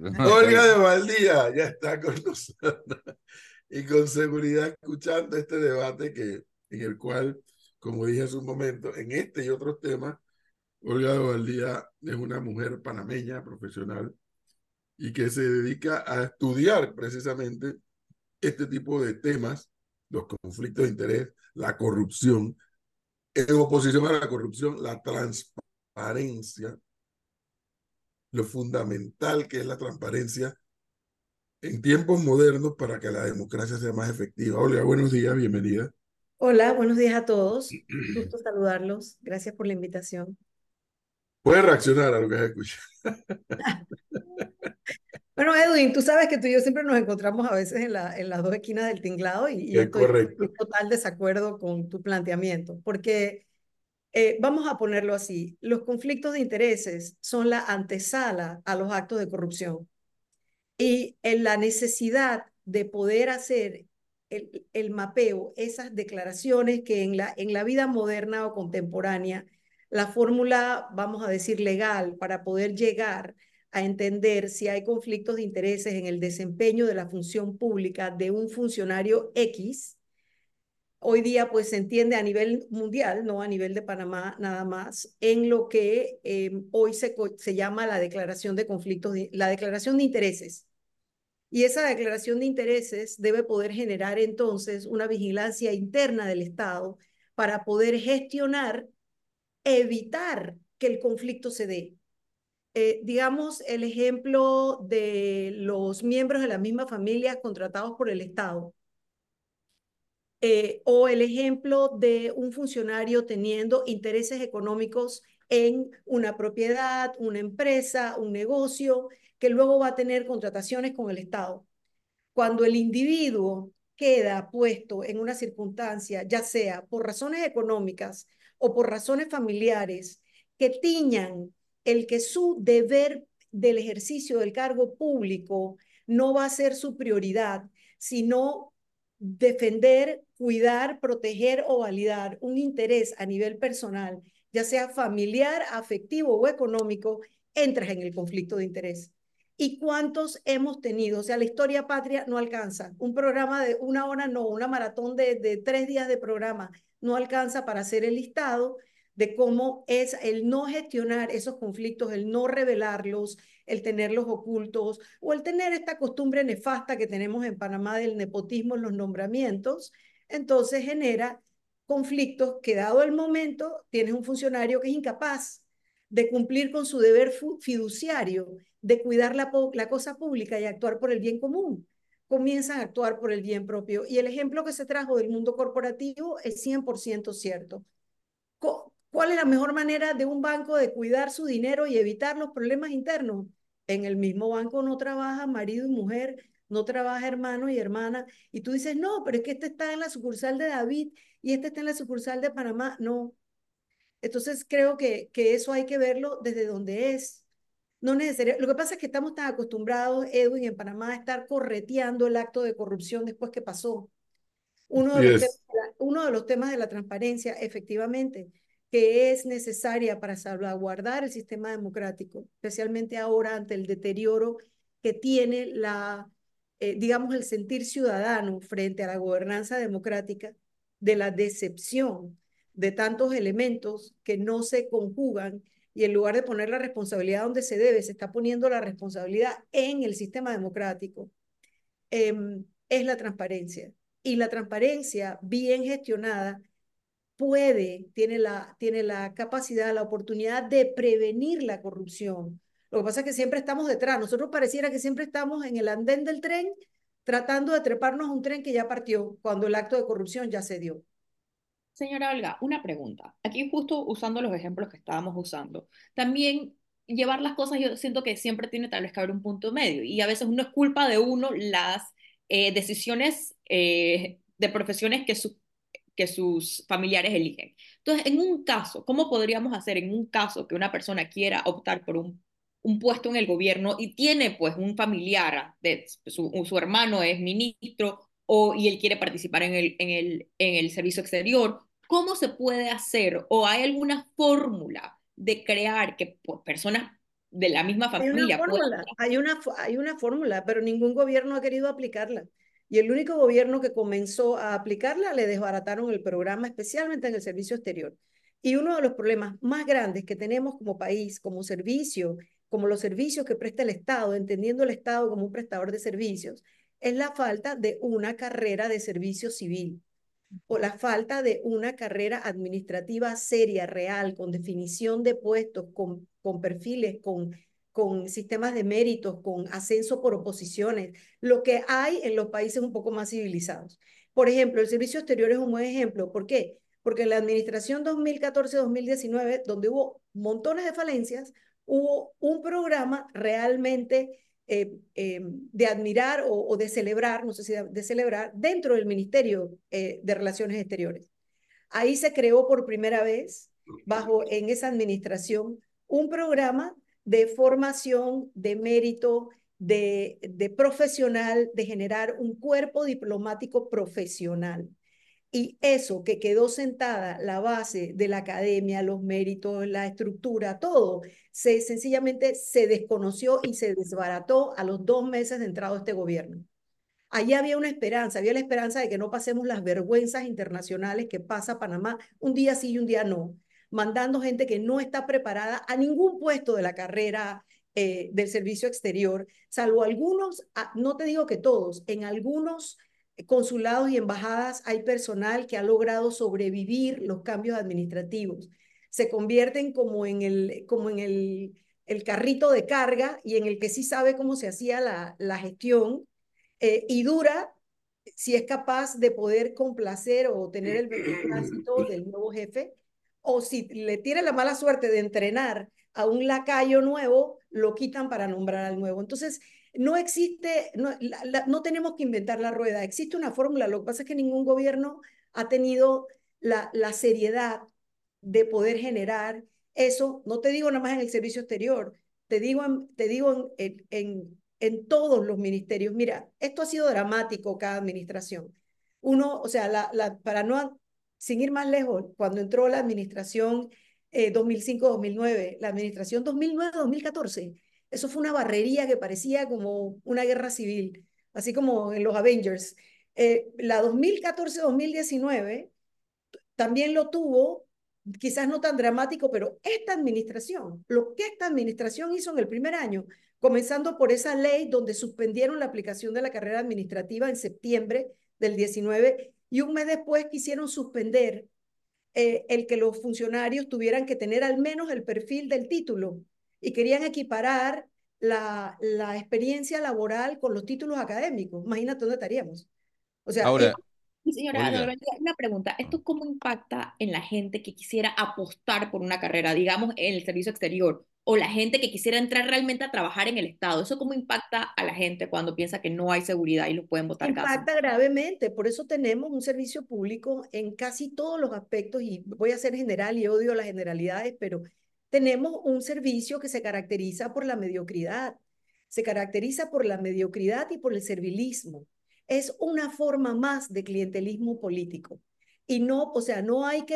Olga de Valdía ya está con nosotros y con seguridad escuchando este debate en el cual, como dije hace un momento, en este y otros temas, Olga de Valdía es una mujer panameña profesional y que se dedica a estudiar precisamente este tipo de temas, los conflictos de interés, la corrupción, en oposición a la corrupción, la transparencia, lo fundamental que es la transparencia en tiempos modernos para que la democracia sea más efectiva. Olga, buenos días, bienvenida. Hola, buenos días a todos. Gusto saludarlos. Gracias por la invitación. Puedes reaccionar a lo que has escuchado. Bueno, Edwin, tú sabes que tú y yo siempre nos encontramos a veces en las dos esquinas del tinglado y Es estoy correcto. en total desacuerdo con tu planteamiento, porque vamos a ponerlo así, los conflictos de intereses son la antesala a los actos de corrupción y en la necesidad de poder hacer el mapeo, esas declaraciones que en la vida moderna o contemporánea, la fórmula, vamos a decir, legal para poder llegar a entender si hay conflictos de intereses en el desempeño de la función pública de un funcionario X. Hoy día, pues se entiende a nivel mundial, no a nivel de Panamá nada más, en lo que hoy se llama la declaración de conflictos, la declaración de intereses. Y esa declaración de intereses debe poder generar entonces una vigilancia interna del Estado para poder gestionar, evitar que el conflicto se dé. Digamos el ejemplo de los miembros de la misma familia contratados por el Estado, o el ejemplo de un funcionario teniendo intereses económicos en una propiedad, una empresa, un negocio, que luego va a tener contrataciones con el Estado. Cuando el individuo queda puesto en una circunstancia, ya sea por razones económicas o por razones familiares, que tiñan el que su deber del ejercicio del cargo público no va a ser su prioridad, sino defender, cuidar, proteger o validar un interés a nivel personal, ya sea familiar, afectivo o económico, entras en el conflicto de interés. ¿Y cuántos hemos tenido? O sea, la historia patria no alcanza. Un programa de una hora, no, una maratón de 3 días de programa no alcanza para hacer el listado de cómo es el no gestionar esos conflictos, el no revelarlos, el tenerlos ocultos o el tener esta costumbre nefasta que tenemos en Panamá del nepotismo en los nombramientos. Entonces genera conflictos que dado el momento tienes un funcionario que es incapaz de cumplir con su deber fiduciario de cuidar la cosa pública y actuar por el bien común. Comienzan a actuar por el bien propio. Y el ejemplo que se trajo del mundo corporativo es 100% cierto. ¿Cuál es la mejor manera de un banco de cuidar su dinero y evitar los problemas internos? En el mismo banco no trabaja marido y mujer, no trabaja hermano y hermana. Y tú dices, no, pero es que este está en la sucursal de David y este está en la sucursal de Panamá. No. Entonces creo que eso hay que verlo desde donde es. No necesario. Lo que pasa es que estamos tan acostumbrados, Edwin, en Panamá, a estar correteando el acto de corrupción después que pasó. Uno de Sí los temas, es. uno de los temas de la transparencia, efectivamente, que es necesaria para salvaguardar el sistema democrático, especialmente ahora ante el deterioro que tiene digamos, el sentir ciudadano frente a la gobernanza democrática, de la decepción de tantos elementos que no se conjugan y en lugar de poner la responsabilidad donde se debe, se está poniendo la responsabilidad en el sistema democrático, es la transparencia. Y la transparencia bien gestionada tiene la capacidad, la oportunidad de prevenir la corrupción. Lo que pasa es que siempre estamos detrás. Nosotros pareciera que siempre estamos en el andén del tren tratando de treparnos a un tren que ya partió cuando el acto de corrupción ya se dio. Señora Olga, una pregunta. Aquí justo usando los ejemplos que estábamos usando, también llevar las cosas, yo siento que siempre tiene tal vez que haber un punto medio y a veces no es culpa de uno las decisiones de profesiones que sus familiares eligen. Entonces, en un caso, ¿cómo podríamos hacer en un caso que una persona quiera optar por un puesto en el gobierno y tiene pues un familiar, su hermano es ministro y él quiere participar en el servicio exterior? ¿Cómo se puede hacer o hay alguna fórmula de crear que pues, personas de la misma Hay una familia pueda... fórmula, hay una fórmula, pero ningún gobierno ha querido aplicarla. Y el único gobierno que comenzó a aplicarla le desbarataron el programa, especialmente en el servicio exterior. Y uno de los problemas más grandes que tenemos como país, como servicio, como los servicios que presta el Estado, entendiendo el Estado como un prestador de servicios, es la falta de una carrera de servicio civil o la falta de una carrera administrativa seria, real, con definición de puestos, con perfiles, con sistemas de méritos, con ascenso por oposiciones, lo que hay en los países un poco más civilizados. Por ejemplo, el servicio exterior es un buen ejemplo. ¿Por qué? Porque en la administración 2014-2019, donde hubo montones de falencias, hubo un programa realmente de admirar o de celebrar, no sé si de celebrar, dentro del Ministerio de Relaciones Exteriores. Ahí se creó por primera vez, en esa administración, un programa de formación, de mérito, de profesional, de generar un cuerpo diplomático profesional. Y eso que quedó sentada, la base de la academia, los méritos, la estructura, todo, sencillamente se desconoció y se desbarató a los 2 meses de entrado este gobierno. Allí había la esperanza de que no pasemos las vergüenzas internacionales que pasa Panamá un día sí y un día no, mandando gente que no está preparada a ningún puesto de la carrera del servicio exterior, salvo algunos, no te digo que todos, en algunos consulados y embajadas hay personal que ha logrado sobrevivir los cambios administrativos. Se convierten como en el carrito de carga y en el que sí sabe cómo se hacía la gestión y dura si es capaz de poder complacer o tener el beneplácito del nuevo jefe, o si le tiene la mala suerte de entrenar a un lacayo nuevo, lo quitan para nombrar al nuevo. Entonces, no existe, no tenemos que inventar la rueda, existe una fórmula, lo que pasa es que ningún gobierno ha tenido la seriedad de poder generar eso, no te digo nada más en el servicio exterior, te digo en todos los ministerios. Mira, esto ha sido dramático cada administración. Uno, o sea, para no, sin ir más lejos, cuando entró la administración 2005-2009, la administración 2009-2014, eso fue una barrería que parecía como una guerra civil, así como en los Avengers. La 2014-2019 también lo tuvo, quizás no tan dramático, pero esta administración, lo que esta administración hizo en el primer año, comenzando por esa ley donde suspendieron la aplicación de la carrera administrativa en septiembre del 19 y un mes después quisieron suspender el que los funcionarios tuvieran que tener al menos el perfil del título y querían equiparar la experiencia laboral con los títulos académicos. Imagínate dónde estaríamos. O sea, Ahora, Y señora Olga, Norberto, una pregunta. ¿Esto cómo impacta en la gente que quisiera apostar por una carrera, digamos, en el servicio exterior, o la gente que quisiera entrar realmente a trabajar en el Estado? ¿Eso cómo impacta a la gente cuando piensa que no hay seguridad y lo pueden votar cada impacta gravemente, por eso tenemos un servicio público en casi todos los aspectos, y voy a ser general y odio las generalidades, pero tenemos un servicio que se caracteriza por la mediocridad, se caracteriza por la mediocridad y por el servilismo. Es una forma más de clientelismo político. Y no, o sea,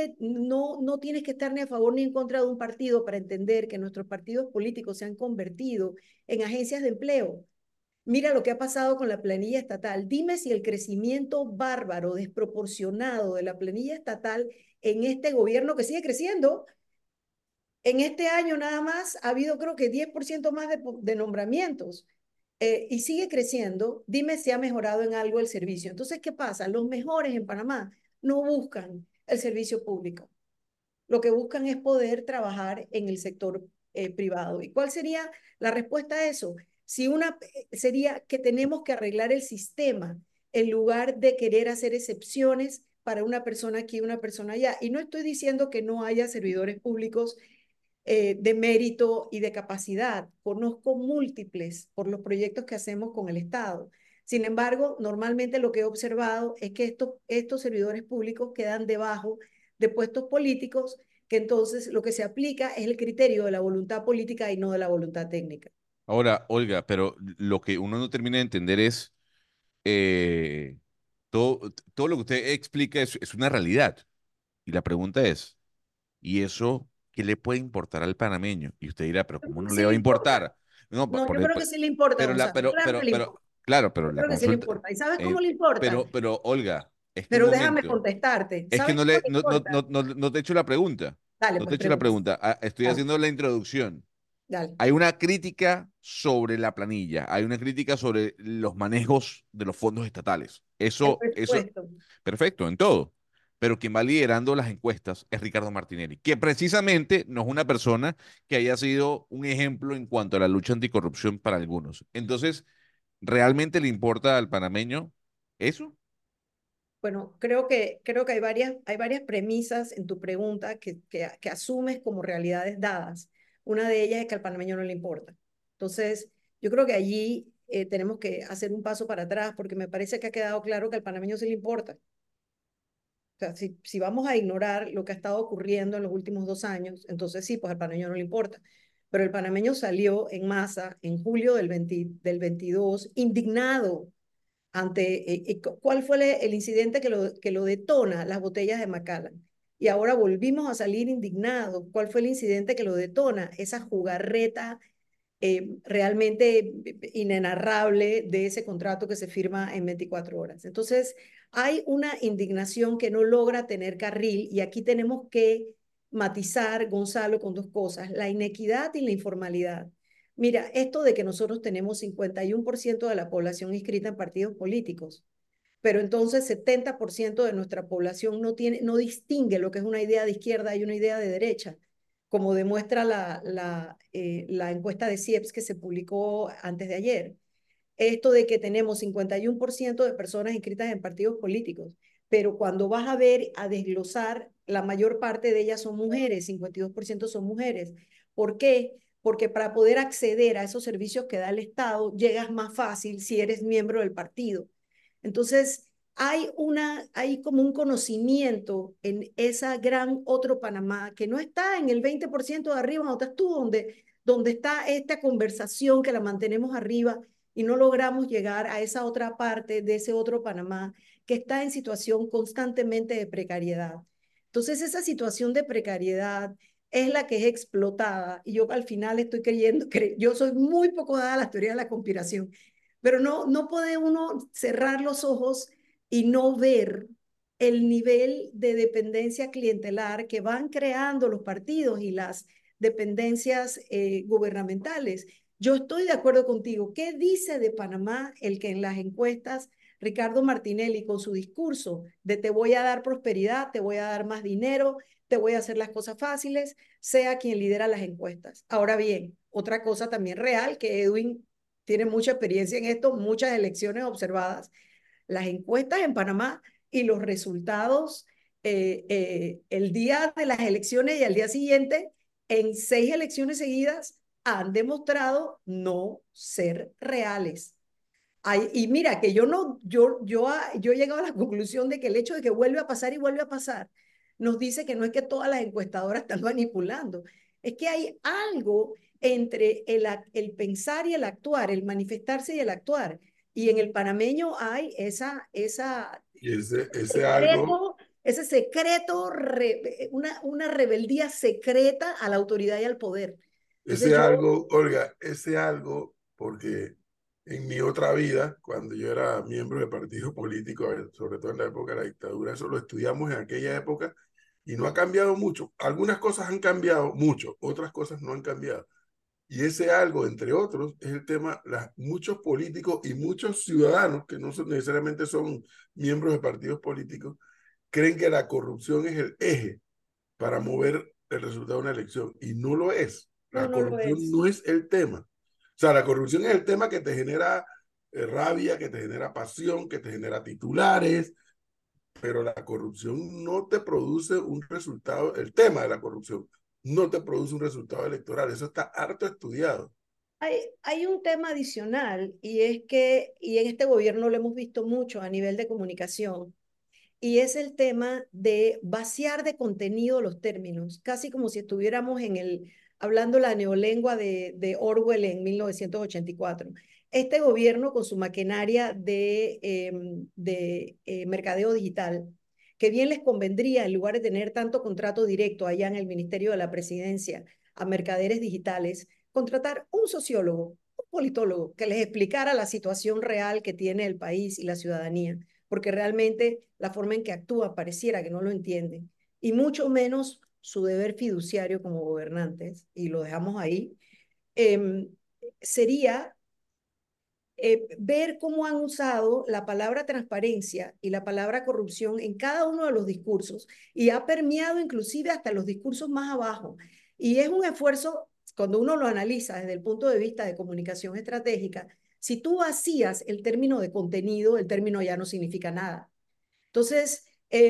no tienes que estar ni a favor ni en contra de un partido para entender que nuestros partidos políticos se han convertido en agencias de empleo. Mira lo que ha pasado con la planilla estatal. Dime si el crecimiento bárbaro, desproporcionado de la planilla estatal en este gobierno que sigue creciendo, en este año nada más ha habido creo que 10% más de nombramientos y sigue creciendo. Dime si ha mejorado en algo el servicio. Entonces, ¿qué pasa? Los mejores en Panamá no buscan el servicio público. Lo que buscan es poder trabajar en el sector privado. ¿Y cuál sería la respuesta a eso? Sería que tenemos que arreglar el sistema en lugar de querer hacer excepciones para una persona aquí y una persona allá. Y no estoy diciendo que no haya servidores públicos de mérito y de capacidad. Conozco múltiples por los proyectos que hacemos con el Estado. Sin embargo, normalmente lo que he observado es que estos servidores públicos quedan debajo de puestos políticos, que entonces lo que se aplica es el criterio de la voluntad política y no de la voluntad técnica. ahora, Olga, pero lo que uno no termina de entender es eh, todo lo que usted explica es una realidad. Y la pregunta es, ¿y eso ¿qué le puede importar al panameño? Y usted dirá, pero ¿cómo no le Sí va le a importa. importar? No, No, yo creo que sí le importa, pero Gonzalo. Claro que le importa. claro, pero Yo la creo que sí le consulta, importa. ¿Y sabes cómo eh, le importa? Olga, es que un Pero déjame momento, contestarte. es que ¿Sabes cómo le importa? no te he hecho la pregunta, Dale, no te he pues hecho la pregunta. pregunta. Ah, estoy Dale, haciendo la introducción. dale. Hay una crítica sobre la planilla, hay una crítica sobre los manejos de los fondos estatales. El Eso, presupuesto. perfecto, en todo. Pero quien va liderando las encuestas es Ricardo Martinelli, que precisamente no es una persona que haya sido un ejemplo en cuanto a la lucha anticorrupción para algunos. Entonces, ¿realmente le importa al panameño eso? Bueno, creo que hay varias premisas en tu pregunta que asumes como realidades dadas. Una de ellas es que al panameño no le importa. Entonces, yo creo que allí tenemos que hacer un paso para atrás porque me parece que ha quedado claro que al panameño sí le importa. O sea, si vamos a ignorar lo que ha estado ocurriendo en los últimos 2 años, entonces sí, pues al panameño no le importa. Pero el panameño salió en masa en julio del 22 indignado ante cuál fue el incidente que lo detona, las botellas de Macallan. Y ahora volvimos a salir indignados. ¿Cuál fue el incidente que lo detona? Esa jugarreta realmente inenarrable de ese contrato que se firma en 24 horas. Entonces, hay una indignación que no logra tener carril y aquí tenemos que matizar, Gonzalo, con dos cosas, la inequidad y la informalidad. Mira, esto de que nosotros tenemos 51% de la población inscrita en partidos políticos, pero entonces 70% de nuestra población no distingue lo que es una idea de izquierda y una idea de derecha, como demuestra la encuesta de CIEPS que se publicó antes de ayer. Esto de que tenemos 51% de personas inscritas en partidos políticos, pero cuando vas a ver, a desglosar, la mayor parte de ellas son mujeres, 52% son mujeres. ¿Por qué? Porque para poder acceder a esos servicios que da el Estado, llegas más fácil si eres miembro del partido. Entonces, hay como un conocimiento en esa gran otro Panamá que no está en el 20% de arriba, donde estás tú, donde está esta conversación que la mantenemos arriba y no logramos llegar a esa otra parte de ese otro Panamá que está en situación constantemente de precariedad. Entonces, esa situación de precariedad es la que es explotada y yo al final estoy yo soy muy poco dada a las teorías de la conspiración, pero no puede uno cerrar los ojos y no ver el nivel de dependencia clientelar que van creando los partidos y las dependencias gubernamentales. Yo estoy de acuerdo contigo. ¿Qué dice de Panamá el que en las encuestas Ricardo Martinelli con su discurso de te voy a dar prosperidad, te voy a dar más dinero, te voy a hacer las cosas fáciles, sea quien lidera las encuestas? Ahora bien, otra cosa también real que Edwin tiene mucha experiencia en esto, muchas elecciones observadas. Las encuestas en Panamá y los resultados el día de las elecciones y al día siguiente, en 6 elecciones seguidas, han demostrado no ser reales. Y mira, que yo no, yo he llegado a la conclusión de que el hecho de que vuelve a pasar y vuelve a pasar, nos dice que no es que todas las encuestadoras están manipulando, es que hay algo entre el pensar y el actuar, el manifestarse y el actuar. Y en el panameño hay Y ese algo, secreto, ese secreto, una rebeldía secreta a la autoridad y al poder. Entonces ese yo, algo, Olga, ese algo, porque en mi otra vida, cuando yo era miembro de partido político, sobre todo en la época de la dictadura, eso lo estudiamos en aquella época y no ha cambiado mucho. Algunas cosas han cambiado mucho, otras cosas no han cambiado. Y ese algo, entre otros, es el tema, muchos políticos y muchos ciudadanos que no son, necesariamente son miembros de partidos políticos, creen que la corrupción es el eje para mover el resultado de una elección y no lo es. no, La no lo corrupción es. no es el tema. O sea, la corrupción es el tema que te genera rabia, que te genera pasión, que te genera titulares, pero la corrupción no te produce un resultado, el tema de la corrupción no te produce un resultado electoral. Eso está harto estudiado. Hay un tema adicional y es que, y en este gobierno lo hemos visto mucho a nivel de comunicación, y es el tema de vaciar de contenido los términos, casi como si estuviéramos hablando la neolengua de Orwell en 1984. Este gobierno con su maquinaria de mercadeo digital que bien les convendría, en lugar de tener tanto contrato directo allá en el Ministerio de la Presidencia, a mercaderes digitales, contratar un sociólogo, un politólogo, que les explicara la situación real que tiene el país y la ciudadanía, porque realmente la forma en que actúa pareciera que no lo entienden, y mucho menos su deber fiduciario como gobernantes, y lo dejamos ahí, sería ver cómo han usado la palabra transparencia y la palabra corrupción en cada uno de los discursos y ha permeado inclusive hasta los discursos más abajo. Y es un esfuerzo, cuando uno lo analiza desde el punto de vista de comunicación estratégica, si tú vacías el término de contenido, el término ya no significa nada. Entonces,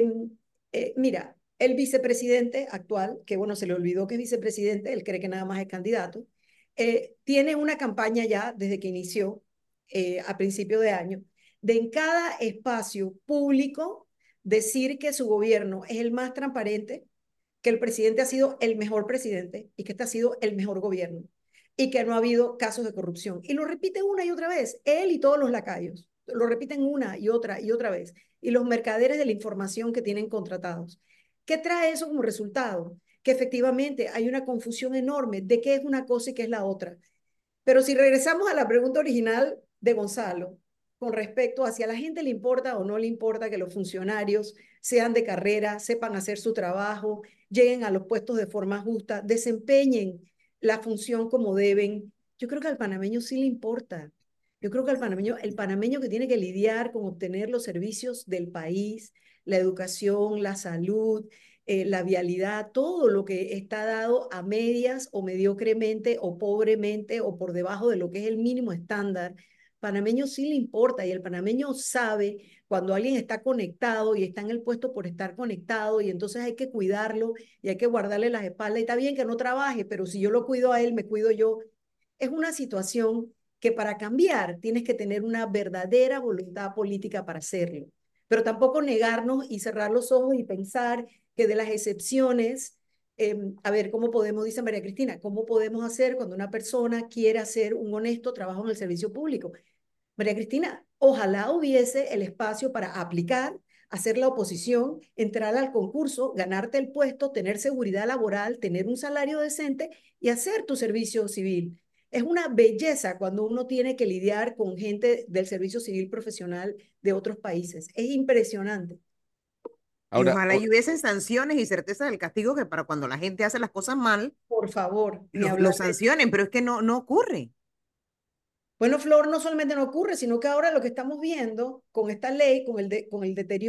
mira, el vicepresidente actual, que bueno, se le olvidó que es vicepresidente, él cree que nada más es candidato, tiene una campaña ya desde que inició a principio de año, de en cada espacio público decir que su gobierno es el más transparente, que el presidente ha sido el mejor presidente y que este ha sido el mejor gobierno y que no ha habido casos de corrupción. Y lo repite una y otra vez, él y todos los lacayos, lo repiten una y otra vez, y los mercaderes de la información que tienen contratados. ¿Qué trae eso como resultado? Que efectivamente hay una confusión enorme de qué es una cosa y qué es la otra. Pero si regresamos a la pregunta original de Gonzalo, con respecto a si a la gente le importa o no le importa que los funcionarios sean de carrera, sepan hacer su trabajo, lleguen a los puestos de forma justa, desempeñen la función como deben, yo creo que al panameño sí le importa. Yo creo que el panameño que tiene que lidiar con obtener los servicios del país, la educación, la salud, la vialidad, todo lo que está dado a medias o mediocremente o pobremente o por debajo de lo que es el mínimo estándar, panameño sí le importa y el panameño sabe cuando alguien está conectado y está en el puesto por estar conectado y entonces hay que cuidarlo y hay que guardarle las espaldas y está bien que no trabaje, pero si yo lo cuido a él, me cuido yo. Es una situación que para cambiar tienes que tener una verdadera voluntad política para hacerlo, pero tampoco negarnos y cerrar los ojos y pensar que de las excepciones, a ver, ¿cómo podemos, dice María Cristina, cómo podemos hacer cuando una persona quiere hacer un honesto trabajo en el servicio público? María Cristina, ojalá hubiese el espacio para aplicar, hacer la oposición, entrar al concurso, ganarte el puesto, tener seguridad laboral, tener un salario decente y hacer tu servicio civil. Es una belleza cuando uno tiene que lidiar con gente del servicio civil profesional de otros países. Es impresionante. Y Ahora, ojalá y hubiesen sanciones y certeza del castigo que para cuando la gente hace las cosas mal, Por favor, ni lo hablar de eso. sancionen, pero es que no ocurre. Bueno, Flor, no solamente no ocurre, sino que ahora lo que estamos viendo con esta ley, con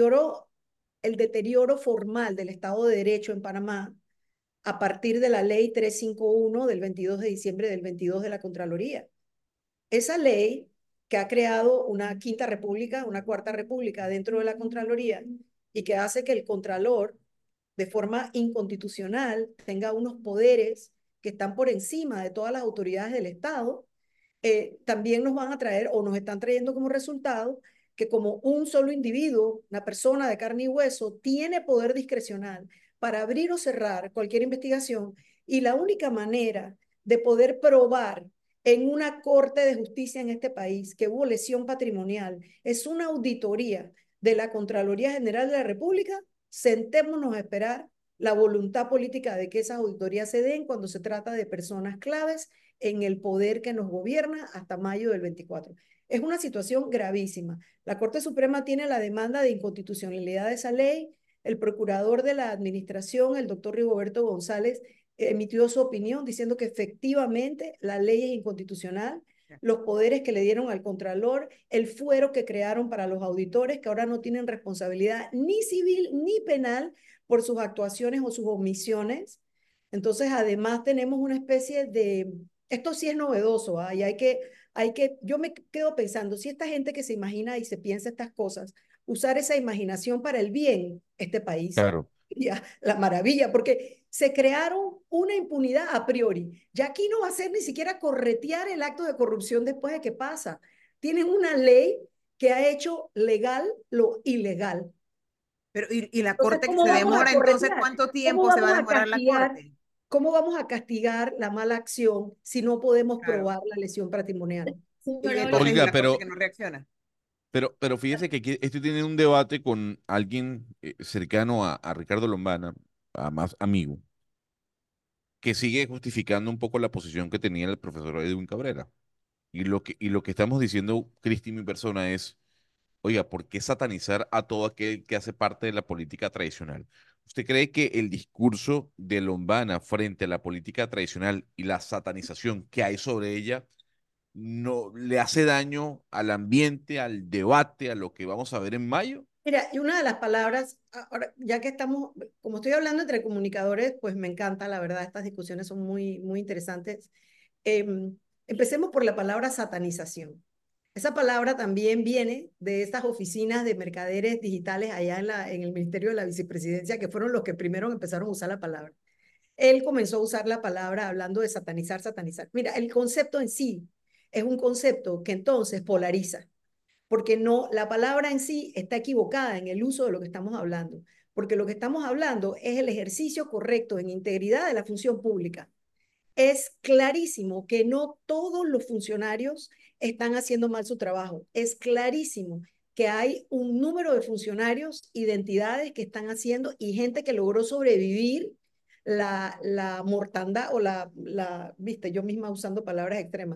el deterioro formal del Estado de Derecho en Panamá, a partir de la ley 351 del 22 de diciembre del 22 de la Contraloría. Esa ley que ha creado una quinta república, una cuarta república dentro de la Contraloría y que hace que el Contralor, de forma inconstitucional, tenga unos poderes que están por encima de todas las autoridades del Estado, también nos van a traer o nos están trayendo como resultado que como un solo individuo, una persona de carne y hueso, tiene poder discrecional para abrir o cerrar cualquier investigación y la única manera de poder probar en una corte de justicia en este país que hubo lesión patrimonial es una auditoría de la Contraloría General de la República, sentémonos a esperar la voluntad política de que esas auditorías se den cuando se trata de personas claves en el poder que nos gobierna hasta mayo del 24. Es una situación gravísima. La Corte Suprema tiene la demanda de inconstitucionalidad de esa ley. El procurador de la administración, el doctor Rigoberto González, emitió su opinión diciendo que efectivamente la ley es inconstitucional, los poderes que le dieron al Contralor, el fuero que crearon para los auditores, que ahora no tienen responsabilidad ni civil ni penal por sus actuaciones o sus omisiones. Entonces, además tenemos una especie de, esto sí es novedoso, ¿eh? Y yo me quedo pensando, si esta gente que se imagina y se piensa estas cosas, usar esa imaginación para el bien, este país, claro. ya, la maravilla, porque se crearon una impunidad a priori. Ya aquí no va a ser ni siquiera corretear el acto de corrupción después de que pasa. Tienen una ley que ha hecho legal lo ilegal. Pero, y la Entonces, corte que ¿cómo se vamos a demora, entonces, corretear? ¿cuánto ¿Cómo tiempo se va vamos a a demorar la castigar? corte? ¿Cómo vamos a castigar la mala acción si no podemos Claro. probar la lesión patrimonial? Y Señora entonces, ¿y Olga, Oiga, la corte pero que no reacciona? Pero fíjese que aquí estoy teniendo un debate con alguien cercano a Ricardo Lombana, a más amigo, que sigue justificando un poco la posición que tenía el profesor Edwin Cabrera. Y lo que estamos diciendo, Cristi, mi persona, es, oiga, ¿por qué satanizar a todo aquel que hace parte de la política tradicional? ¿Usted cree que el discurso de Lombana frente a la política tradicional y la satanización que hay sobre ella no le hace daño al ambiente, al debate, a lo que vamos a ver en mayo? Mira, y una de las palabras, ahora, ya que estamos, como estoy hablando entre comunicadores, pues me encanta, la verdad, estas discusiones son muy, muy interesantes. Empecemos por la palabra satanización. Esa palabra también viene de estas oficinas de mercaderes digitales allá en el Ministerio de la Vicepresidencia, que fueron los que primero empezaron a usar la palabra. Él comenzó a usar la palabra hablando de satanizar, satanizar. Mira, el concepto en sí es un concepto que entonces polariza, porque no, la palabra en sí está equivocada en el uso de lo que estamos hablando, porque lo que estamos hablando es el ejercicio correcto en integridad de la función pública. Es clarísimo que no todos los funcionarios están haciendo mal su trabajo. Es clarísimo que hay un número de funcionarios, identidades que están haciendo y gente que logró sobrevivir la mortandad o viste, yo misma usando palabras extremas,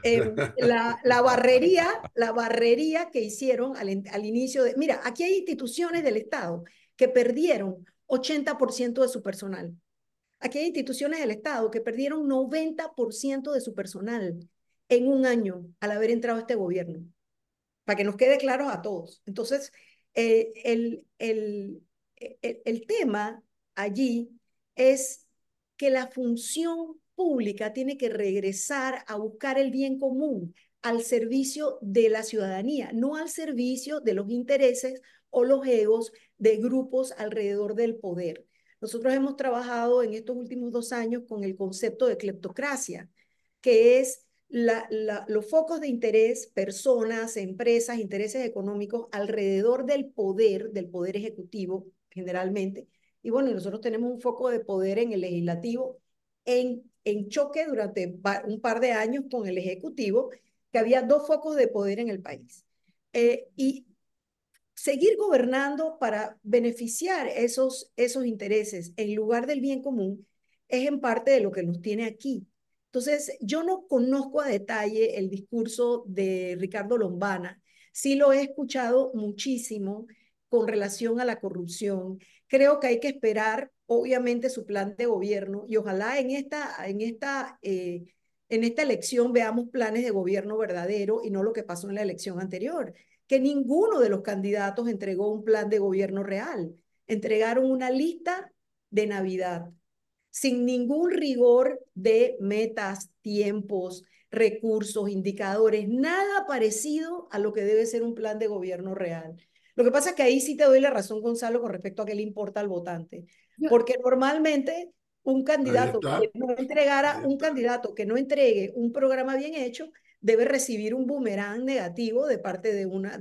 la barrería que hicieron al inicio de, mira, aquí hay instituciones del Estado que perdieron 80% de su personal. Aquí hay instituciones del Estado que perdieron 90% de su personal en un año al haber entrado este gobierno, para que nos quede claro a todos. Entonces, eh, el, el, el tema allí es que la función pública tiene que regresar a buscar el bien común al servicio de la ciudadanía, no al servicio de los intereses o los egos de grupos alrededor del poder. Nosotros hemos trabajado en estos últimos 2 años con el concepto de cleptocracia, que es los focos de interés, personas, empresas, intereses económicos alrededor del poder ejecutivo generalmente. Y bueno, nosotros tenemos un foco de poder en el legislativo en choque durante un par de años con el ejecutivo, que había dos focos de poder en el país. Y seguir gobernando para beneficiar esos intereses en lugar del bien común es en parte de lo que nos tiene aquí. Entonces, yo no conozco a detalle el discurso de Ricardo Lombana, sí lo he escuchado muchísimo con relación a la corrupción. Creo que hay que esperar, obviamente, su plan de gobierno y ojalá en esta elección veamos planes de gobierno verdadero y no lo que pasó en la elección anterior, que ninguno de los candidatos entregó un plan de gobierno real. Entregaron una lista de Navidad sin ningún rigor de metas, tiempos, recursos, indicadores, nada parecido a lo que debe ser un plan de gobierno real. Lo que pasa es que ahí sí te doy la razón, Gonzalo, con respecto a qué le importa al votante, Yo, porque normalmente Ahí está, ahí un está. candidato que no entregue un programa bien hecho debe recibir un boomerang negativo de parte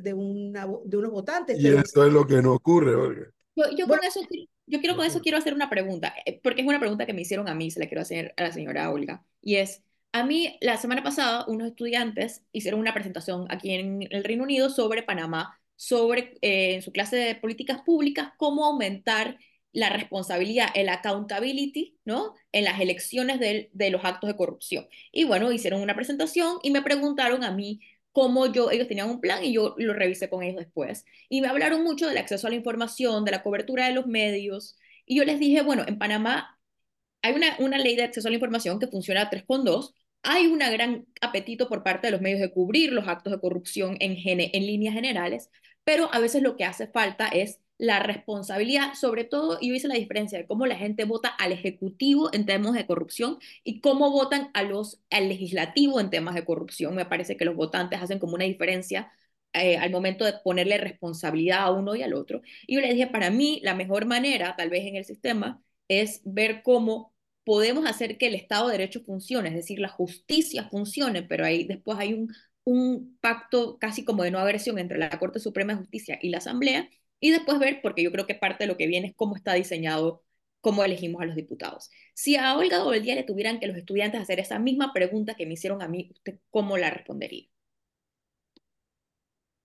de unos votantes, Y pero eso es lo que no ocurre, Olga. yo bueno, con eso, yo quiero No con eso ocurre. quiero hacer una pregunta, porque es una pregunta que me hicieron a mí, se la quiero hacer a la señora Olga. Y es, a mí la semana pasada unos estudiantes hicieron una presentación aquí en el Reino Unido sobre Panamá, sobre en su clase de políticas públicas, cómo aumentar la responsabilidad, el accountability, ¿no? En las elecciones de los actos de corrupción. Y bueno, hicieron una presentación y me preguntaron a mí cómo ellos tenían un plan y yo lo revisé con ellos después. Y me hablaron mucho del acceso a la información, de la cobertura de los medios. Y yo les dije, bueno, en Panamá hay una ley de acceso a la información que funciona 3 con 2. Hay un gran apetito por parte de los medios de cubrir los actos de corrupción en líneas generales, pero a veces lo que hace falta es la responsabilidad, sobre todo, y yo hice la diferencia de cómo la gente vota al Ejecutivo en temas de corrupción y cómo votan al Legislativo en temas de corrupción. Me parece que los votantes hacen como una diferencia al momento de ponerle responsabilidad a uno y al otro. Y yo le dije, para mí, la mejor manera, tal vez en el sistema, es ver cómo podemos hacer que el Estado de Derecho funcione, es decir, la justicia funcione, pero ahí después hay un pacto casi como de no agresión entre la Corte Suprema de Justicia y la Asamblea, y después ver, porque yo creo que parte de lo que viene es cómo está diseñado, cómo elegimos a los diputados. Si a Olga Doboldier le tuvieran que los estudiantes hacer esa misma pregunta que me hicieron a mí, ¿usted cómo la respondería?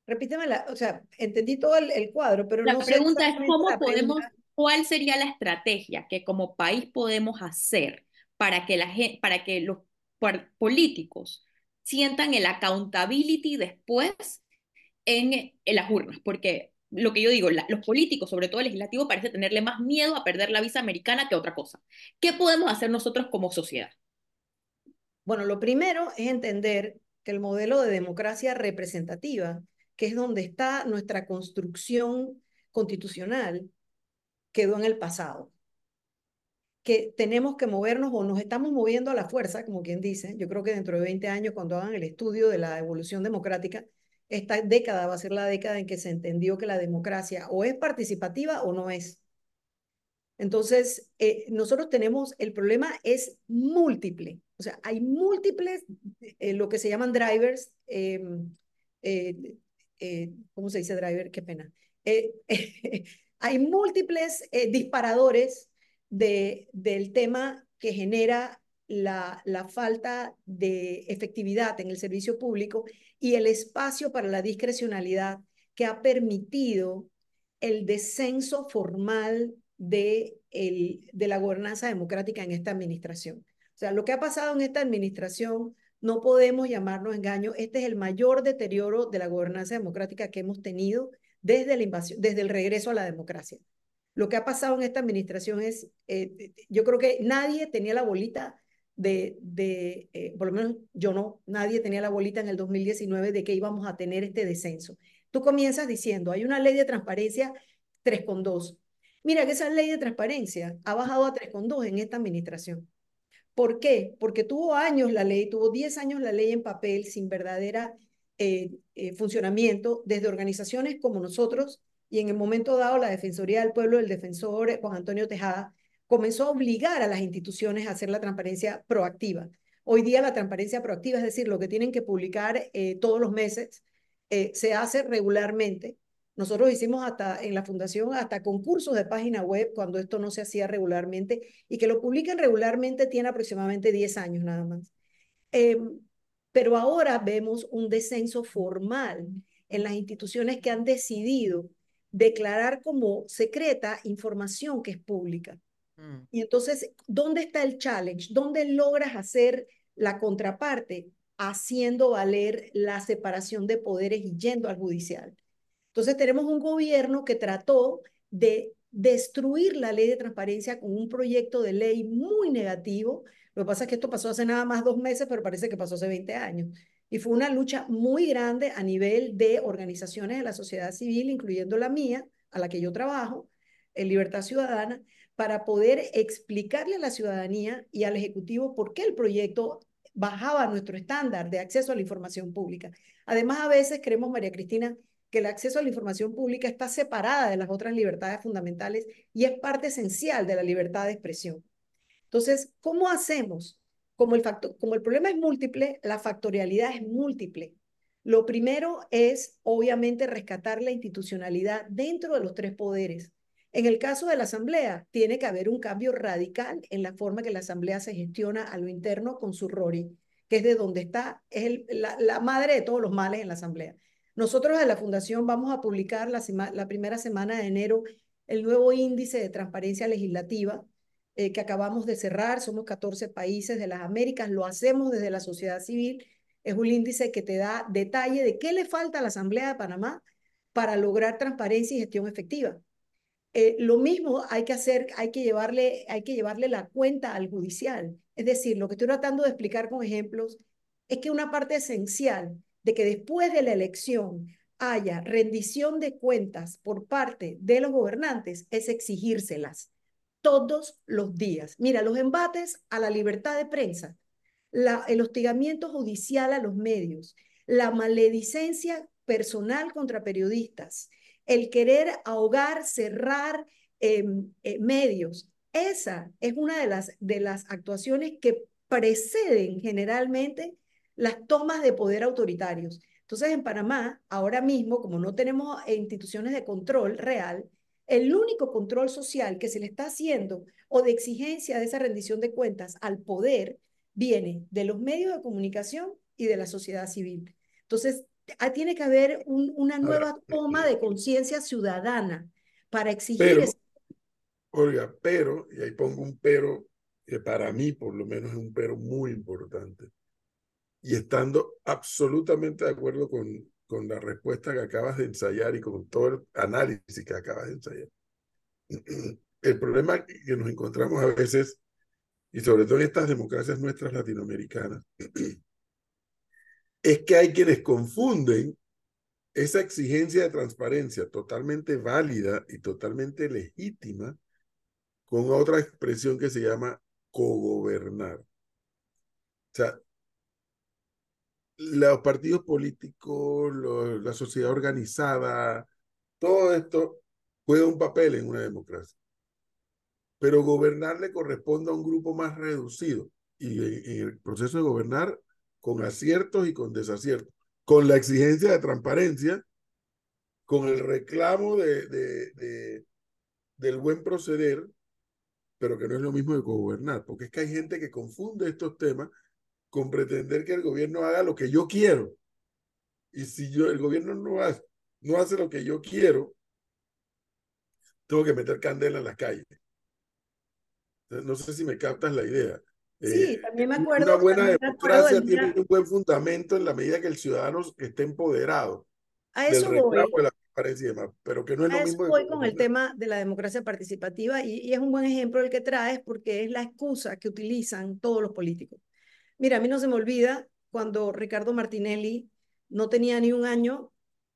Repíteme o sea, entendí todo el cuadro, pero La no sé pregunta es exactamente cómo la podemos, pregunta. cuál sería la estrategia que como país podemos hacer para que para que los políticos sientan el accountability después en las urnas, porque lo que yo digo, los políticos, sobre todo el legislativo, parece tenerle más miedo a perder la visa americana que otra cosa. ¿Qué podemos hacer nosotros como sociedad? Bueno, lo primero es entender que el modelo de democracia representativa, que es donde está nuestra construcción constitucional, quedó en el pasado. Que tenemos que movernos o nos estamos moviendo a la fuerza, como quien dice. Yo creo que dentro de 20 años, cuando hagan el estudio de la evolución democrática, esta década va a ser la década en que se entendió que la democracia o es participativa o no es. Entonces, nosotros tenemos, el problema es múltiple, o sea, hay múltiples, lo que se llaman drivers, ¿cómo se dice driver? Qué pena. Hay múltiples disparadores del tema que genera la falta de efectividad en el servicio público y el espacio para la discrecionalidad que ha permitido el descenso formal de la gobernanza democrática en esta administración. O sea, lo que ha pasado en esta administración no podemos llamarnos engaño. Este es el mayor deterioro de la gobernanza democrática que hemos tenido desde la invasión, desde el regreso a la democracia. Lo que ha pasado en esta administración es, yo creo que nadie tenía la bolita por lo menos yo no, nadie tenía la bolita en el 2019 de que íbamos a tener este descenso. Tú comienzas diciendo, hay una ley de transparencia 3,2. Mira que esa ley de transparencia ha bajado a 3,2 en esta administración. ¿Por qué? Porque tuvo años la ley, tuvo 10 años la ley en papel sin verdadera funcionamiento desde organizaciones como nosotros y en el momento dado la Defensoría del Pueblo, el defensor Juan Antonio Tejada, comenzó a obligar a las instituciones a hacer la transparencia proactiva. Hoy día la transparencia proactiva, es decir, lo que tienen que publicar todos los meses, se hace regularmente. Nosotros hicimos hasta en la fundación hasta concursos de página web cuando esto no se hacía regularmente y que lo publiquen regularmente tiene aproximadamente 10 años nada más. Eh, pero ahora vemos un descenso formal en las instituciones que han decidido declarar como secreta información que es pública. Y entonces, ¿dónde está el challenge? ¿Dónde logras hacer la contraparte? Haciendo valer la separación de poderes y yendo al judicial. Entonces tenemos un gobierno que trató de destruir la ley de transparencia con un proyecto de ley muy negativo. Lo que pasa es que esto pasó hace nada más 2 meses, pero parece que pasó hace 20 años. Y fue una lucha muy grande a nivel de organizaciones de la sociedad civil, incluyendo la mía, a la que yo trabajo, en Libertad Ciudadana, para poder explicarle a la ciudadanía y al Ejecutivo por qué el proyecto bajaba nuestro estándar de acceso a la información pública. Además, a veces creemos, María Cristina, que el acceso a la información pública está separada de las otras libertades fundamentales y es parte esencial de la libertad de expresión. Entonces, ¿cómo hacemos? Como el problema es múltiple, la factorialidad es múltiple. Lo primero es, obviamente, rescatar la institucionalidad dentro de los tres poderes. En el caso de la Asamblea, tiene que haber un cambio radical en la forma que la Asamblea se gestiona a lo interno con su RORI, que es de donde está, es la madre de todos los males en la Asamblea. Nosotros de la Fundación vamos a publicar la primera semana de enero el nuevo índice de transparencia legislativa que acabamos de cerrar. Somos 14 países de las Américas, lo hacemos desde la sociedad civil. Es un índice que te da detalle de qué le falta a la Asamblea de Panamá para lograr transparencia y gestión efectiva. Lo mismo hay que hacer, hay que llevarle la cuenta al judicial. Es decir, lo que estoy tratando de explicar con ejemplos es que una parte esencial de que después de la elección haya rendición de cuentas por parte de los gobernantes es exigírselas todos los días. Mira, los embates a la libertad de prensa, el hostigamiento judicial a los medios, la maledicencia personal contra periodistas, el querer ahogar, cerrar medios. Esa es una de las actuaciones que preceden generalmente las tomas de poder autoritarios. Entonces, en Panamá, ahora mismo, como no tenemos instituciones de control real, el único control social que se le está haciendo o de exigencia de esa rendición de cuentas al poder viene de los medios de comunicación y de la sociedad civil. Entonces, tiene que haber una Ahora, nueva toma de conciencia ciudadana para exigir pero, Olga, pero, y ahí pongo un pero que para mí por lo menos es un pero muy importante, y estando absolutamente de acuerdo con la respuesta que acabas de ensayar y con todo el análisis que acabas de ensayar. El problema que nos encontramos a veces, y sobre todo en estas democracias nuestras latinoamericanas, es que hay quienes confunden esa exigencia de transparencia totalmente válida y totalmente legítima con otra expresión que se llama cogobernar. O sea, los partidos políticos, la sociedad organizada, todo esto juega un papel en una democracia. Pero gobernar le corresponde a un grupo más reducido. Y en el proceso de gobernar, con aciertos y con desaciertos, con la exigencia de transparencia, con el reclamo del buen proceder, pero que no es lo mismo que gobernar, porque es que hay gente que confunde estos temas con pretender que el gobierno haga lo que yo quiero. Y si el gobierno no hace lo que yo quiero, tengo que meter candela en las calles. No sé si me captas la idea. sí, Una buena también me acuerdo democracia del tiene día, un buen fundamento en la medida que el ciudadano esté empoderado a del eso reclamo voy. de la transparencia y demás, pero que no es lo A eso mismo que voy con el gobernar. tema de la democracia participativa y es un buen ejemplo el que traes porque es la excusa que utilizan todos los políticos. Mira, a mí no se me olvida cuando Ricardo Martinelli no tenía ni un año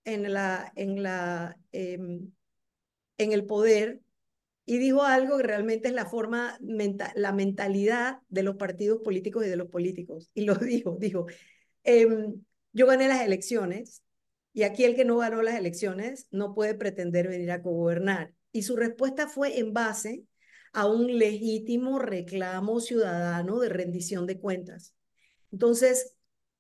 en el poder y dijo algo que realmente es la forma, la mentalidad de los partidos políticos y de los políticos. Y lo dijo, yo gané las elecciones y aquí el que no ganó las elecciones no puede pretender venir a gobernar. Y su respuesta fue en base a un legítimo reclamo ciudadano de rendición de cuentas. Entonces,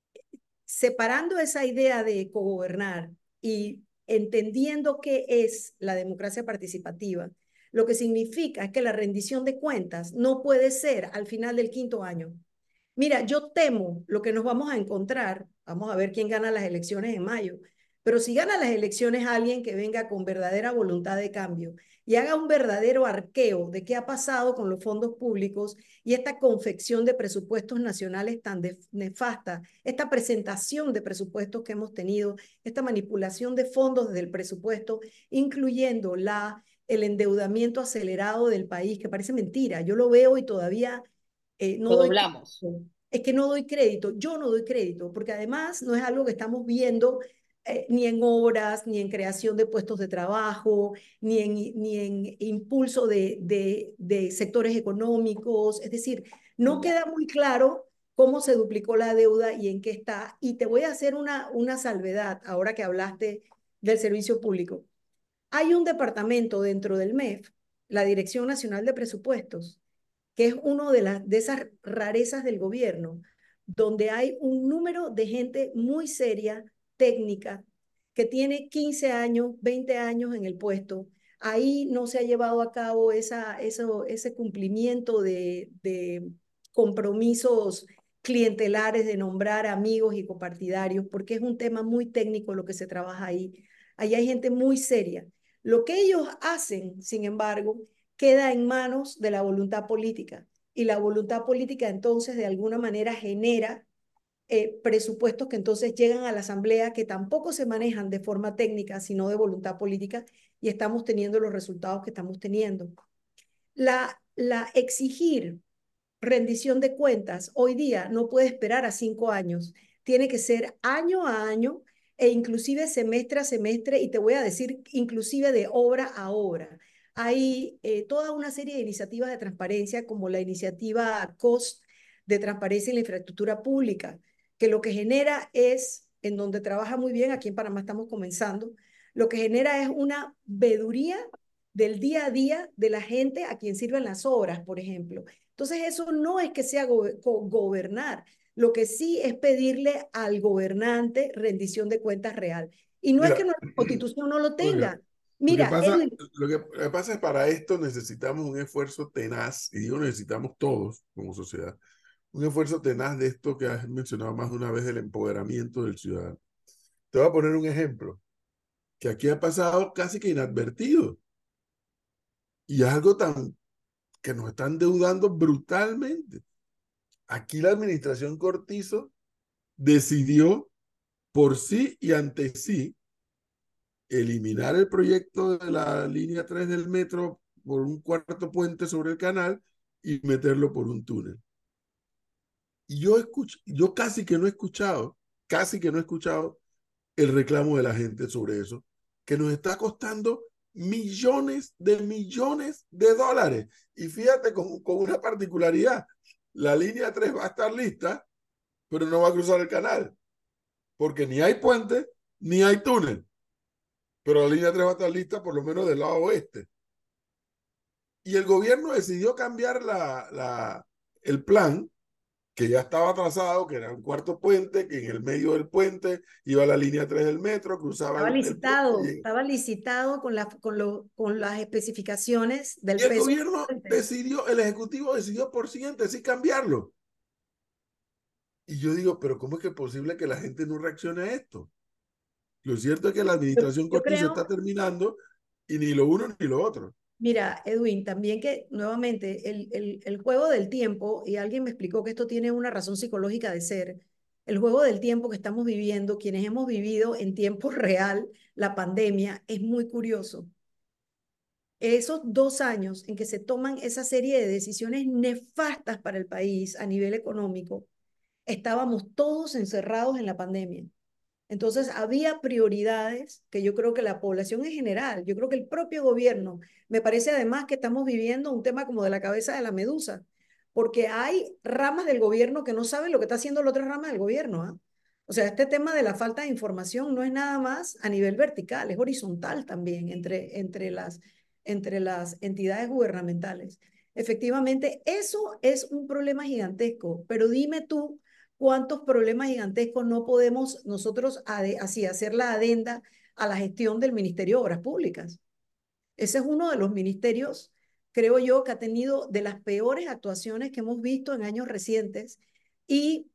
separando esa idea de cogobernar y entendiendo qué es la democracia participativa, lo que significa es que la rendición de cuentas no puede ser al final del quinto año. Mira, yo temo lo que nos vamos a encontrar, vamos a ver quién gana las elecciones en mayo, pero si gana las elecciones alguien que venga con verdadera voluntad de cambio y haga un verdadero arqueo de qué ha pasado con los fondos públicos y esta confección de presupuestos nacionales tan nefasta, esta presentación de presupuestos que hemos tenido, esta manipulación de fondos desde el presupuesto, incluyendo el endeudamiento acelerado del país, que parece mentira. Yo lo veo y todavía no Lo doy doblamos. crédito. Es que no doy crédito, yo no doy crédito, porque además no es algo que estamos viendo ni en obras, ni en creación de puestos de trabajo, ni en impulso de sectores económicos. Es decir, no Ya. queda muy claro cómo se duplicó la deuda y en qué está. Y te voy a hacer una salvedad ahora que hablaste del servicio público. Hay un departamento dentro del MEF, la Dirección Nacional de Presupuestos, que es una de esas rarezas del gobierno, donde hay un número de gente muy seria, técnica, que tiene 15 años, 20 años en el puesto. Ahí no se ha llevado a cabo ese cumplimiento de compromisos clientelares de nombrar amigos y copartidarios, porque es un tema muy técnico lo que se trabaja ahí. Ahí hay gente muy seria. Lo que ellos hacen, sin embargo, queda en manos de la voluntad política. Y la voluntad política entonces de alguna manera genera presupuestos que entonces llegan a la Asamblea que tampoco se manejan de forma técnica, sino de voluntad política, y estamos teniendo los resultados que estamos teniendo. La exigir rendición de cuentas hoy día no puede esperar a 5 años, tiene que ser año a año e inclusive semestre a semestre y te voy a decir inclusive de obra a obra. Hay toda una serie de iniciativas de transparencia como la iniciativa COST de transparencia en la infraestructura pública, que lo que genera es, en donde trabaja muy bien, aquí en Panamá estamos comenzando, lo que genera es una veeduría del día a día de la gente a quien sirven las obras, por ejemplo. Entonces, eso no es que sea gobernar, lo que sí es pedirle al gobernante rendición de cuentas real. Y no es que Mira, nuestra constitución no lo oiga, tenga. Mira, Edwin, lo que pasa es que para esto necesitamos un esfuerzo tenaz, y digo necesitamos todos como sociedad, un esfuerzo tenaz de esto que has mencionado más de una vez, del empoderamiento del ciudadano. Te voy a poner un ejemplo que aquí ha pasado casi que inadvertido y es algo tan que nos están deudando brutalmente. Aquí la administración Cortizo decidió por sí y ante sí eliminar el proyecto de la línea 3 del metro por un cuarto puente sobre el canal y meterlo por un túnel. Y yo casi que no he escuchado el reclamo de la gente sobre eso, que nos está costando millones de dólares. Y fíjate con una particularidad, la línea 3 va a estar lista, pero no va a cruzar el canal, porque ni hay puente, ni hay túnel, pero la línea 3 va a estar lista por lo menos del lado oeste. Y el gobierno decidió cambiar el plan que ya estaba trazado, que era un cuarto puente, que en el medio del puente iba la línea 3 del metro, cruzaba el puente. Estaba licitado con las especificaciones Y del el peso del gobierno puente. decidió, el ejecutivo decidió por siguiente, sí cambiarlo. Y yo digo, pero ¿cómo es que es posible que la gente no reaccione a esto? Lo cierto es que la administración Yo Cortizo está creo, terminando y ni lo uno ni lo otro. mira, Edwin, también que nuevamente el juego del tiempo, y alguien me explicó que esto tiene una razón psicológica de ser, el juego del tiempo que estamos viviendo, quienes hemos vivido en tiempo real la pandemia, es muy curioso. Esos 2 años en que se toman esa serie de decisiones nefastas para el país a nivel económico, estábamos todos encerrados en la pandemia. Entonces, había prioridades que yo creo que la población en general, yo creo que el propio gobierno, me parece además que estamos viviendo un tema como de la cabeza de la medusa, porque hay ramas del gobierno que no saben lo que está haciendo la otra rama del gobierno, ¿ah? O sea, este tema de la falta de información no es nada más a nivel vertical, es horizontal también entre las entidades gubernamentales. Efectivamente, eso es un problema gigantesco, pero dime tú cuántos problemas gigantescos no podemos nosotros así hacer la adenda a la gestión del Ministerio de Obras Públicas. Ese es uno de los ministerios, creo yo, que ha tenido de las peores actuaciones que hemos visto en años recientes y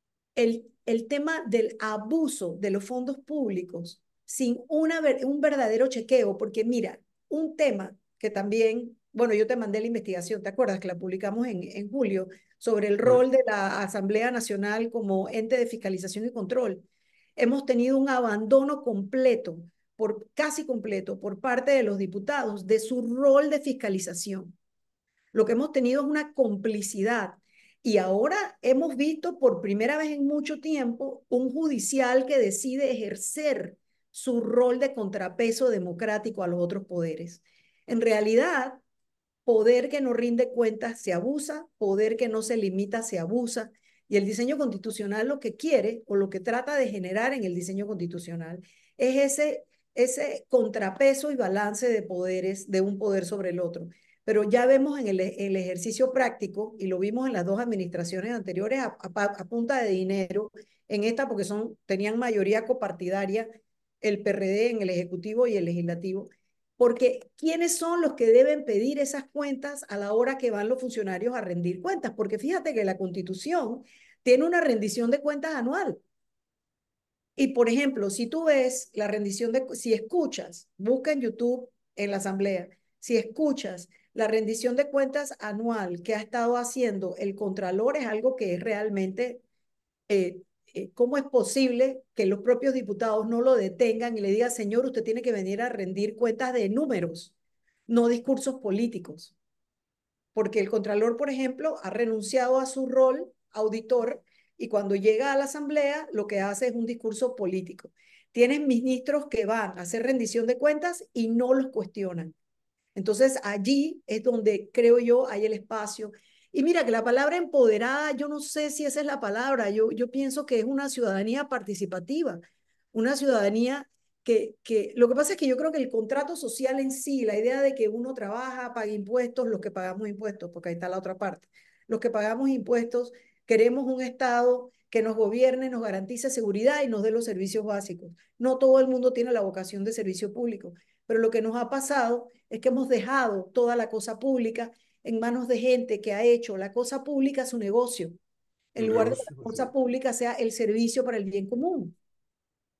el tema del abuso de los fondos públicos sin un verdadero chequeo, porque mira, un tema que también, bueno, yo te mandé la investigación, ¿te acuerdas que la publicamos en julio sobre el rol de la Asamblea Nacional como ente de fiscalización y control? Hemos tenido un abandono completo, casi completo, por parte de los diputados de su rol de fiscalización. Lo que hemos tenido es una complicidad. Y ahora hemos visto por primera vez en mucho tiempo un judicial que decide ejercer su rol de contrapeso democrático a los otros poderes. En realidad, poder que no rinde cuentas se abusa, poder que no se limita se abusa. Y el diseño constitucional lo que quiere o lo que trata de generar en el diseño constitucional es ese contrapeso y balance de poderes de un poder sobre el otro. Pero ya vemos en el ejercicio práctico, y lo vimos en las dos administraciones anteriores a punta de dinero, en esta porque tenían mayoría copartidaria el PRD en el Ejecutivo y el Legislativo, porque ¿quiénes son los que deben pedir esas cuentas a la hora que van los funcionarios a rendir cuentas? Porque fíjate que la Constitución tiene una rendición de cuentas anual. Y por ejemplo, si tú ves la rendición si escuchas, busca en YouTube en la Asamblea, si escuchas la rendición de cuentas anual que ha estado haciendo el Contralor, es algo que es realmente, ¿cómo es posible que los propios diputados no lo detengan y le digan, señor, usted tiene que venir a rendir cuentas de números, no discursos políticos? Porque el Contralor, por ejemplo, ha renunciado a su rol auditor y cuando llega a la Asamblea lo que hace es un discurso político. Tienen ministros que van a hacer rendición de cuentas y no los cuestionan. Entonces allí es donde creo yo hay el espacio. Y mira que la palabra empoderada, yo no sé si esa es la palabra, yo pienso que es una ciudadanía participativa, una ciudadanía lo que pasa es que yo creo que el contrato social en sí, la idea de que uno trabaja, paga impuestos, los que pagamos impuestos, porque ahí está la otra parte, los que pagamos impuestos, queremos un Estado que nos gobierne, nos garantice seguridad y nos dé los servicios básicos. No todo el mundo tiene la vocación de servicio público, pero lo que nos ha pasado es que hemos dejado toda la cosa pública en manos de gente que ha hecho la cosa pública su negocio, en Un lugar de que la negocio, cosa sí. pública sea el servicio para el bien común.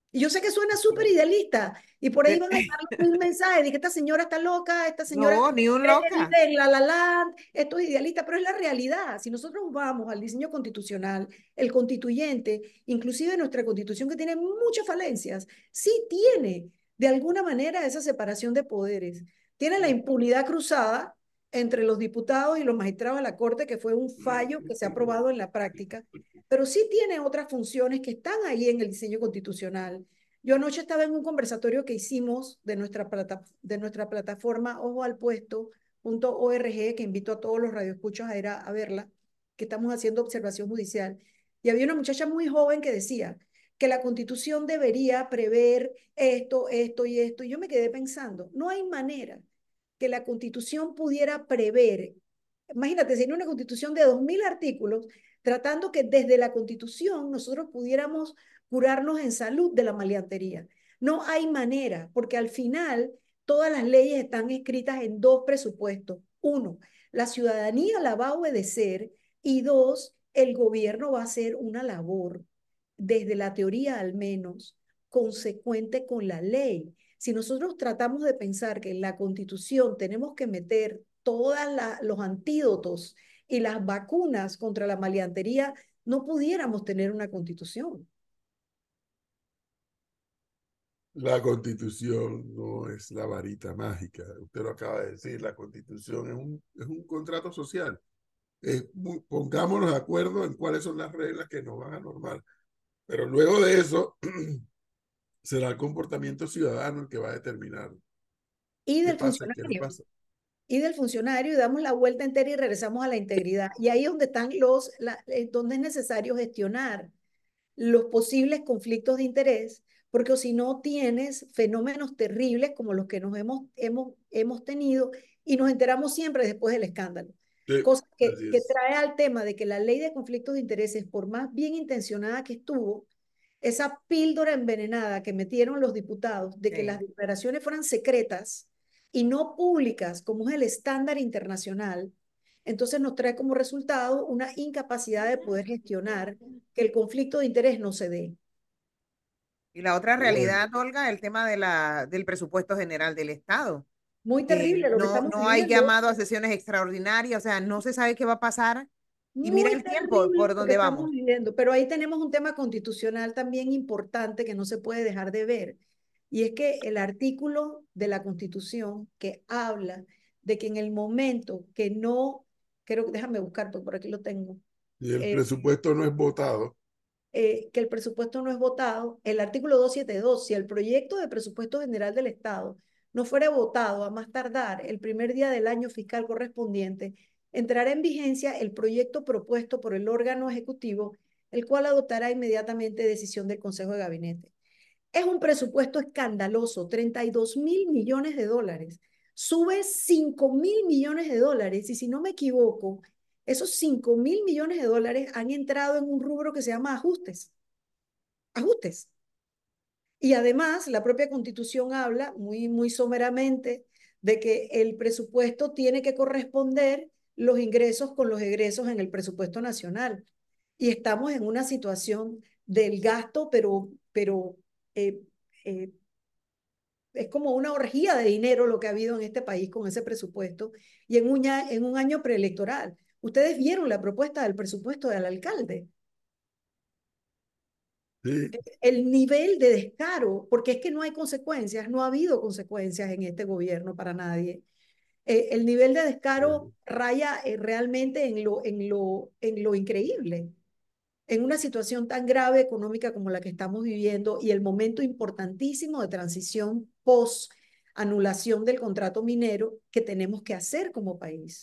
Y yo sé que suena súper idealista, y por ahí Pero- van a estar los mil mensajes de que esta señora está loca, esta señora No, ni un loca. vive en La La Land, esto es idealista, pero es la realidad. Si nosotros vamos al diseño constitucional, el constituyente, inclusive nuestra constitución que tiene muchas falencias, sí tiene de alguna manera esa separación de poderes. Tiene la impunidad cruzada entre los diputados y los magistrados de la Corte, que fue un fallo que se ha aprobado en la práctica, pero sí tiene otras funciones que están ahí en el diseño constitucional. Yo anoche estaba en un conversatorio que hicimos de nuestra plataforma Ojo al Puesto.org, que invito a todos los radioescuchos a ir a verla, que estamos haciendo observación judicial. Y había una muchacha muy joven que decía que la Constitución debería prever esto, esto y esto. Y yo me quedé pensando, no hay manera que la Constitución pudiera prever, imagínate, si en una Constitución de 2000 artículos, tratando que desde la Constitución nosotros pudiéramos curarnos en salud de la maleantería. No hay manera, porque al final todas las leyes están escritas en dos presupuestos. Uno, la ciudadanía la va a obedecer, y dos, el gobierno va a hacer una labor, desde la teoría al menos, consecuente con la ley. Si nosotros tratamos de pensar que en la Constitución tenemos que meter todos los antídotos y las vacunas contra la maleantería, no pudiéramos tener una Constitución. La Constitución no es la varita mágica. Usted lo acaba de decir, la Constitución es un contrato social. Pongámonos de acuerdo en cuáles son las reglas que nos van a normar. Pero luego de eso, será el comportamiento ciudadano el que va a determinar Y qué del pasa y qué no funcionario. pasa. Y del funcionario, y damos la vuelta entera y regresamos a la integridad. Y ahí es donde están donde es necesario gestionar los posibles conflictos de interés, porque si no tienes fenómenos terribles como los que nos hemos tenido, y nos enteramos siempre después del escándalo. Sí, Cosa así que es. trae al tema de que la ley de conflictos de intereses, por más bien intencionada que estuvo, esa píldora envenenada que metieron los diputados de que las Sí. declaraciones fueran secretas y no públicas, como es el estándar internacional, entonces nos trae como resultado una incapacidad de poder gestionar que el conflicto de interés no se dé. Y la otra Bueno, realidad, Olga, el tema del presupuesto general del Estado, Muy que terrible lo que no, estamos no hay viviendo, llamado a sesiones extraordinarias, o sea, no se sabe qué va a pasar y mira muy el tiempo terrible por lo que donde estamos vamos. viviendo, pero ahí tenemos un tema constitucional también importante que no se puede dejar de ver, y es que el artículo de la Constitución que habla de que en el momento que no, creo, déjame buscar, porque por aquí lo tengo, si el eh, presupuesto no es votado, que el presupuesto no es votado, el artículo 272, si el proyecto de presupuesto general del Estado no fuera votado a más tardar el primer día del año fiscal correspondiente, entrará en vigencia el proyecto propuesto por el órgano ejecutivo, el cual adoptará inmediatamente decisión del Consejo de Gabinete. Es un presupuesto escandaloso, 32.000 millones de dólares. Sube 5.000 millones de dólares, y si no me equivoco, esos 5.000 millones de dólares han entrado en un rubro que se llama ajustes. Ajustes. Y además, la propia Constitución habla muy someramente de que el presupuesto tiene que corresponder los ingresos con los egresos en el presupuesto nacional. Y estamos en una situación del gasto, pero eh, eh, es como una orgía de dinero lo que ha habido en este país con ese presupuesto, y en un año preelectoral. Ustedes vieron la propuesta del presupuesto del alcalde, sí, el nivel de descaro, porque es que no hay consecuencias, no ha habido consecuencias en este gobierno para nadie. El nivel de descaro bueno, raya realmente en lo increíble, en una situación tan grave económica como la que estamos viviendo, y el momento importantísimo de transición post anulación del contrato minero que tenemos que hacer como país.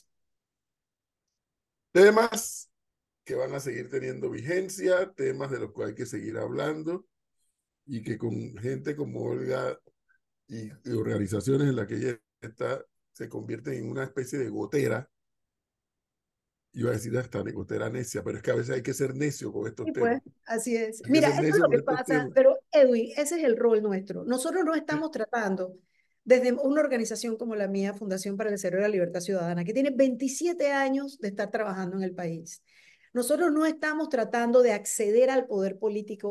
temas que van a seguir teniendo vigencia, temas de los cuales hay que seguir hablando y que con gente como Olga y organizaciones en las que ella está, se convierten en una especie de gotera. Iba a decir hasta gotera necia, pero es que a veces hay que ser necio con estos Y temas. pues, así es. Hay que Mira, ser eso es necio lo con que estos pasa, temas. pero Edwin, ese es el rol nuestro. Nosotros no estamos tratando, desde una organización como la mía, Fundación para el Desarrollo de la Libertad Ciudadana, que tiene 27 años de estar trabajando en el país. Nosotros no estamos tratando de acceder al poder político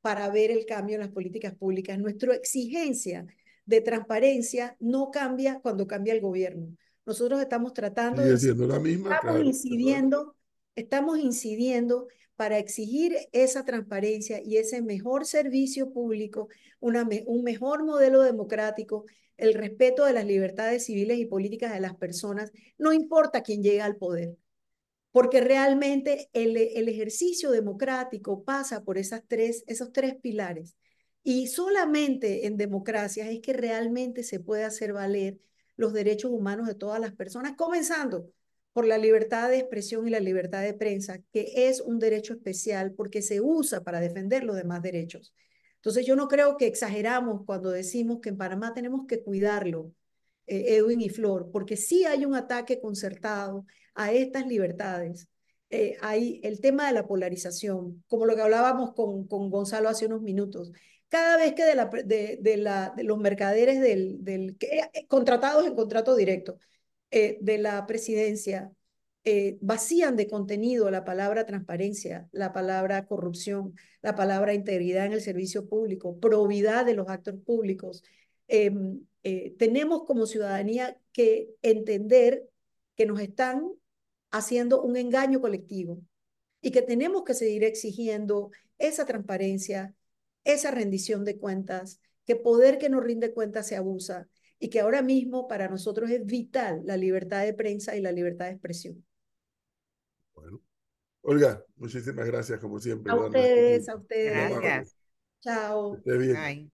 para ver el cambio en las políticas públicas. Nuestra exigencia de transparencia no cambia cuando cambia el gobierno. Nosotros estamos tratando Sigue de... siendo la misma, Estamos claro. incidiendo para exigir esa transparencia y ese mejor servicio público, un mejor modelo democrático, el respeto de las libertades civiles y políticas de las personas, no importa quién llega al poder, porque realmente el ejercicio democrático pasa por esos tres pilares. Y solamente en democracias es que realmente se puede hacer valer los derechos humanos de todas las personas, comenzando por la libertad de expresión y la libertad de prensa, que es un derecho especial porque se usa para defender los demás derechos. Entonces yo no creo que exageramos cuando decimos que en Panamá tenemos que cuidarlo, Edwin y Flor, porque sí hay un ataque concertado a estas libertades. Hay el tema de la polarización, como lo que hablábamos con Gonzalo hace unos minutos. Cada vez que de los mercaderes contratados en contrato directo de la presidencia vacían de contenido la palabra transparencia, la palabra corrupción, la palabra integridad en el servicio público, probidad de los actos públicos, tenemos como ciudadanía que entender que nos están haciendo un engaño colectivo y que tenemos que seguir exigiendo esa transparencia, esa rendición de cuentas, que poder que no rinde cuentas se abusa y que ahora mismo para nosotros es vital la libertad de prensa y la libertad de expresión. Bueno, Olga, muchísimas gracias como siempre. A Dando este ustedes, tiempo. a ustedes. Muy amable. Gracias. Chao. Que esté bien. Bye.